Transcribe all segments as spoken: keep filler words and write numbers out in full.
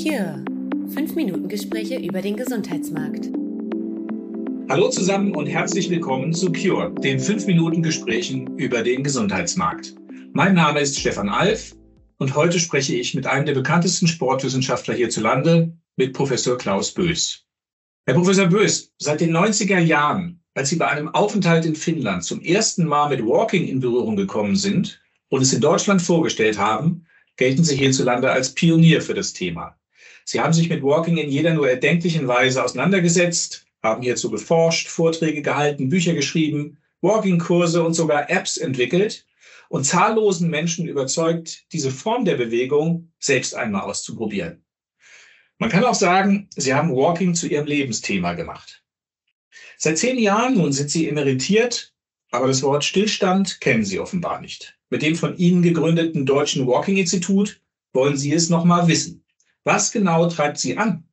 Cure. Fünf Minuten Gespräche über den Gesundheitsmarkt. Hallo zusammen und herzlich willkommen zu Cure, den fünf Minuten Gesprächen über den Gesundheitsmarkt. Mein Name ist Stefan Alf und heute spreche ich mit einem der bekanntesten Sportwissenschaftler hierzulande, mit Professor Klaus Bös. Herr Professor Bös, seit den neunziger Jahren, als Sie bei einem Aufenthalt in Finnland zum ersten Mal mit Walking in Berührung gekommen sind und es in Deutschland vorgestellt haben, gelten Sie hierzulande als Pionier für das Thema. Sie haben sich mit Walking in jeder nur erdenklichen Weise auseinandergesetzt, haben hierzu geforscht, Vorträge gehalten, Bücher geschrieben, Walking-Kurse und sogar Apps entwickelt und zahllosen Menschen überzeugt, diese Form der Bewegung selbst einmal auszuprobieren. Man kann auch sagen, Sie haben Walking zu Ihrem Lebensthema gemacht. Seit zehn Jahren nun sind Sie emeritiert, aber das Wort Stillstand kennen Sie offenbar nicht. Mit dem von Ihnen gegründeten Deutschen Walking-Institut wollen Sie es nochmal wissen. Was genau treibt Sie an?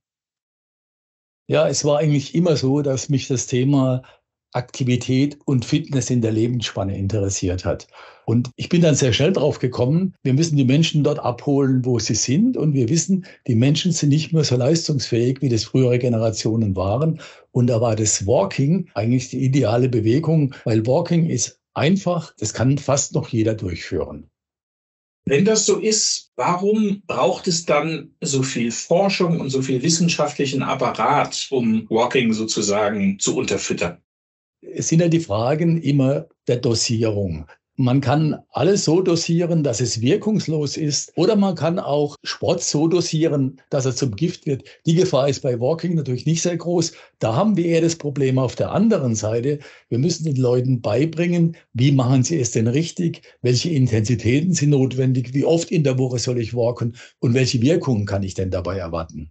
Ja, es war eigentlich immer so, dass mich das Thema Aktivität und Fitness in der Lebensspanne interessiert hat. Und ich bin dann sehr schnell drauf gekommen, wir müssen die Menschen dort abholen, wo sie sind. Und wir wissen, die Menschen sind nicht mehr so leistungsfähig, wie das frühere Generationen waren. Und da war das Walking eigentlich die ideale Bewegung, weil Walking ist einfach, das kann fast noch jeder durchführen. Wenn das so ist, warum braucht es dann so viel Forschung und so viel wissenschaftlichen Apparat, um Walking sozusagen zu unterfüttern? Es sind ja die Fragen immer der Dosierung. Man kann alles so dosieren, dass es wirkungslos ist, oder man kann auch Sport so dosieren, dass er zum Gift wird. Die Gefahr ist bei Walking natürlich nicht sehr groß. Da haben wir eher das Problem auf der anderen Seite. Wir müssen den Leuten beibringen, wie machen sie es denn richtig, welche Intensitäten sind notwendig, wie oft in der Woche soll ich walken und welche Wirkungen kann ich denn dabei erwarten.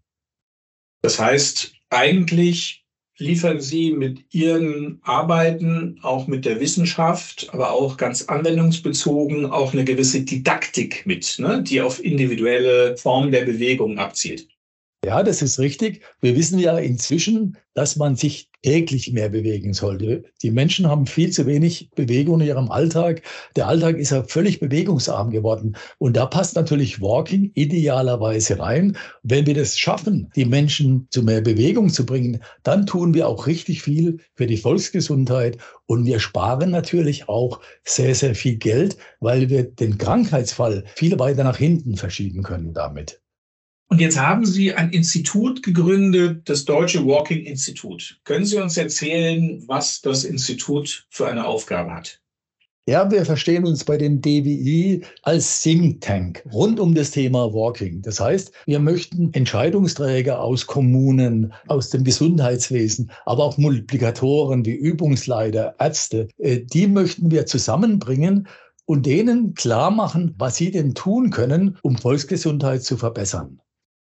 Das heißt, eigentlich liefern Sie mit Ihren Arbeiten, auch mit der Wissenschaft, aber auch ganz anwendungsbezogen, auch eine gewisse Didaktik mit, ne, die auf individuelle Formen der Bewegung abzielt. Ja, das ist richtig. Wir wissen ja inzwischen, dass man sich täglich mehr bewegen sollte. Die Menschen haben viel zu wenig Bewegung in ihrem Alltag. Der Alltag ist ja völlig bewegungsarm geworden. Und da passt natürlich Walking idealerweise rein. Wenn wir das schaffen, die Menschen zu mehr Bewegung zu bringen, dann tun wir auch richtig viel für die Volksgesundheit. Und wir sparen natürlich auch sehr, sehr viel Geld, weil wir den Krankheitsfall viel weiter nach hinten verschieben können damit. Und jetzt haben Sie ein Institut gegründet, das Deutsche Walking-Institut. Können Sie uns erzählen, was das Institut für eine Aufgabe hat? Ja, wir verstehen uns bei dem D W I als Think Tank rund um das Thema Walking. Das heißt, wir möchten Entscheidungsträger aus Kommunen, aus dem Gesundheitswesen, aber auch Multiplikatoren wie Übungsleiter, Ärzte, die möchten wir zusammenbringen und denen klar machen, was sie denn tun können, um Volksgesundheit zu verbessern.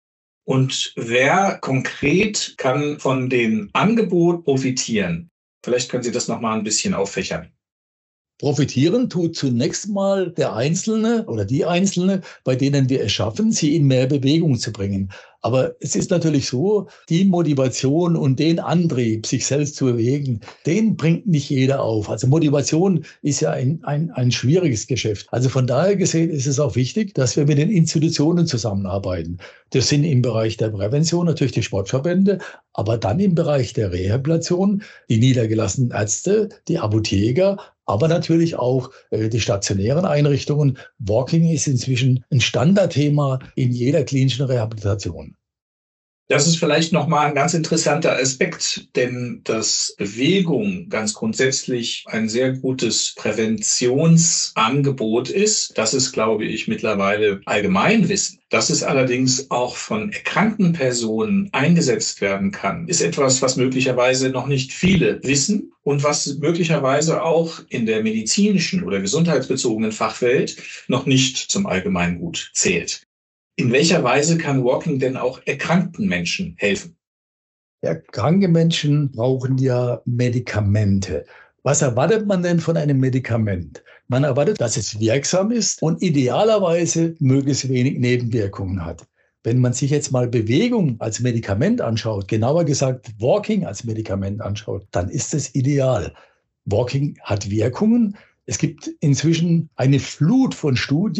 Und wer konkret kann von dem Angebot profitieren? Vielleicht können Sie das noch mal ein bisschen auffächern. Profitieren tut zunächst mal der Einzelne oder die Einzelne, bei denen wir es schaffen, sie in mehr Bewegung zu bringen. Aber es ist natürlich so, die Motivation und den Antrieb, sich selbst zu bewegen, den bringt nicht jeder auf. Also Motivation ist ja ein, ein, ein schwieriges Geschäft. Also von daher gesehen ist es auch wichtig, dass wir mit den Institutionen zusammenarbeiten. Das sind im Bereich der Prävention natürlich die Sportverbände, aber dann im Bereich der Rehabilitation die niedergelassenen Ärzte, die Apotheker, aber natürlich auch äh, die stationären Einrichtungen. Walking ist inzwischen ein Standardthema in jeder klinischen Rehabilitation. Das ist vielleicht nochmal ein ganz interessanter Aspekt, denn dass Bewegung ganz grundsätzlich ein sehr gutes Präventionsangebot ist, das ist, glaube ich, mittlerweile Allgemeinwissen. Dass es allerdings auch von erkrankten Personen eingesetzt werden kann, ist etwas, was möglicherweise noch nicht viele wissen und was möglicherweise auch in der medizinischen oder gesundheitsbezogenen Fachwelt noch nicht zum Allgemeingut zählt. In welcher Weise kann Walking denn auch erkrankten Menschen helfen? Ja, kranke Menschen brauchen ja Medikamente. Was erwartet man denn von einem Medikament? Man erwartet, dass es wirksam ist und idealerweise möglichst wenig Nebenwirkungen hat. Wenn man sich jetzt mal Bewegung als Medikament anschaut, genauer gesagt Walking als Medikament anschaut, dann ist es ideal. Walking hat Wirkungen. Es gibt inzwischen eine Flut von Studien,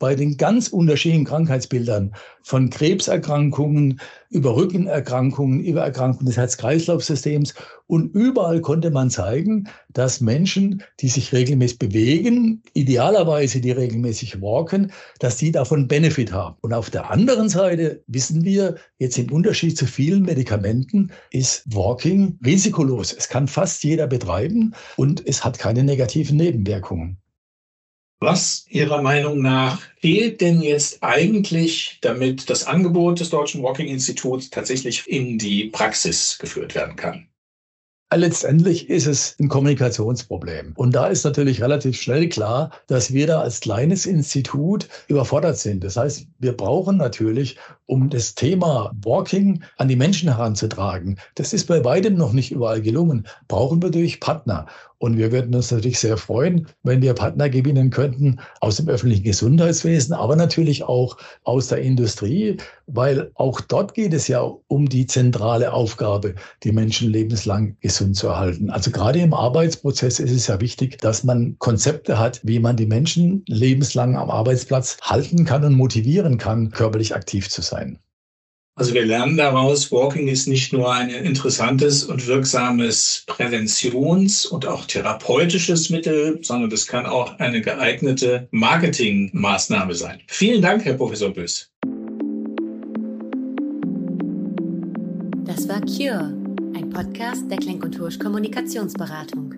bei den ganz unterschiedlichen Krankheitsbildern, von Krebserkrankungen über Rückenerkrankungen, über Erkrankungen des Herz-Kreislauf-Systems. Und überall konnte man zeigen, dass Menschen, die sich regelmäßig bewegen, idealerweise die regelmäßig walken, dass die davon Benefit haben. Und auf der anderen Seite wissen wir, jetzt im Unterschied zu vielen Medikamenten ist Walking risikolos. Es kann fast jeder betreiben und es hat keine negativen Nebenwirkungen. Was Ihrer Meinung nach fehlt denn jetzt eigentlich, damit das Angebot des Deutschen Walking-Instituts tatsächlich in die Praxis geführt werden kann? Letztendlich ist es ein Kommunikationsproblem. Und da ist natürlich relativ schnell klar, dass wir da als kleines Institut überfordert sind. Das heißt, wir brauchen natürlich, um das Thema Walking an die Menschen heranzutragen, das ist bei weitem noch nicht überall gelungen, brauchen wir natürlich Partner. Und wir würden uns natürlich sehr freuen, wenn wir Partner gewinnen könnten aus dem öffentlichen Gesundheitswesen, aber natürlich auch aus der Industrie, weil auch dort geht es ja um die zentrale Aufgabe, die Menschen lebenslang gesund zu erhalten. Also gerade im Arbeitsprozess ist es ja wichtig, dass man Konzepte hat, wie man die Menschen lebenslang am Arbeitsplatz halten kann und motivieren kann, körperlich aktiv zu sein. Also wir lernen daraus, Walking ist nicht nur ein interessantes und wirksames Präventions- und auch therapeutisches Mittel, sondern das kann auch eine geeignete Marketingmaßnahme sein. Vielen Dank, Herr Professor Bös. Das war Cure, ein Podcast der Klenk und Hursch Kommunikationsberatung.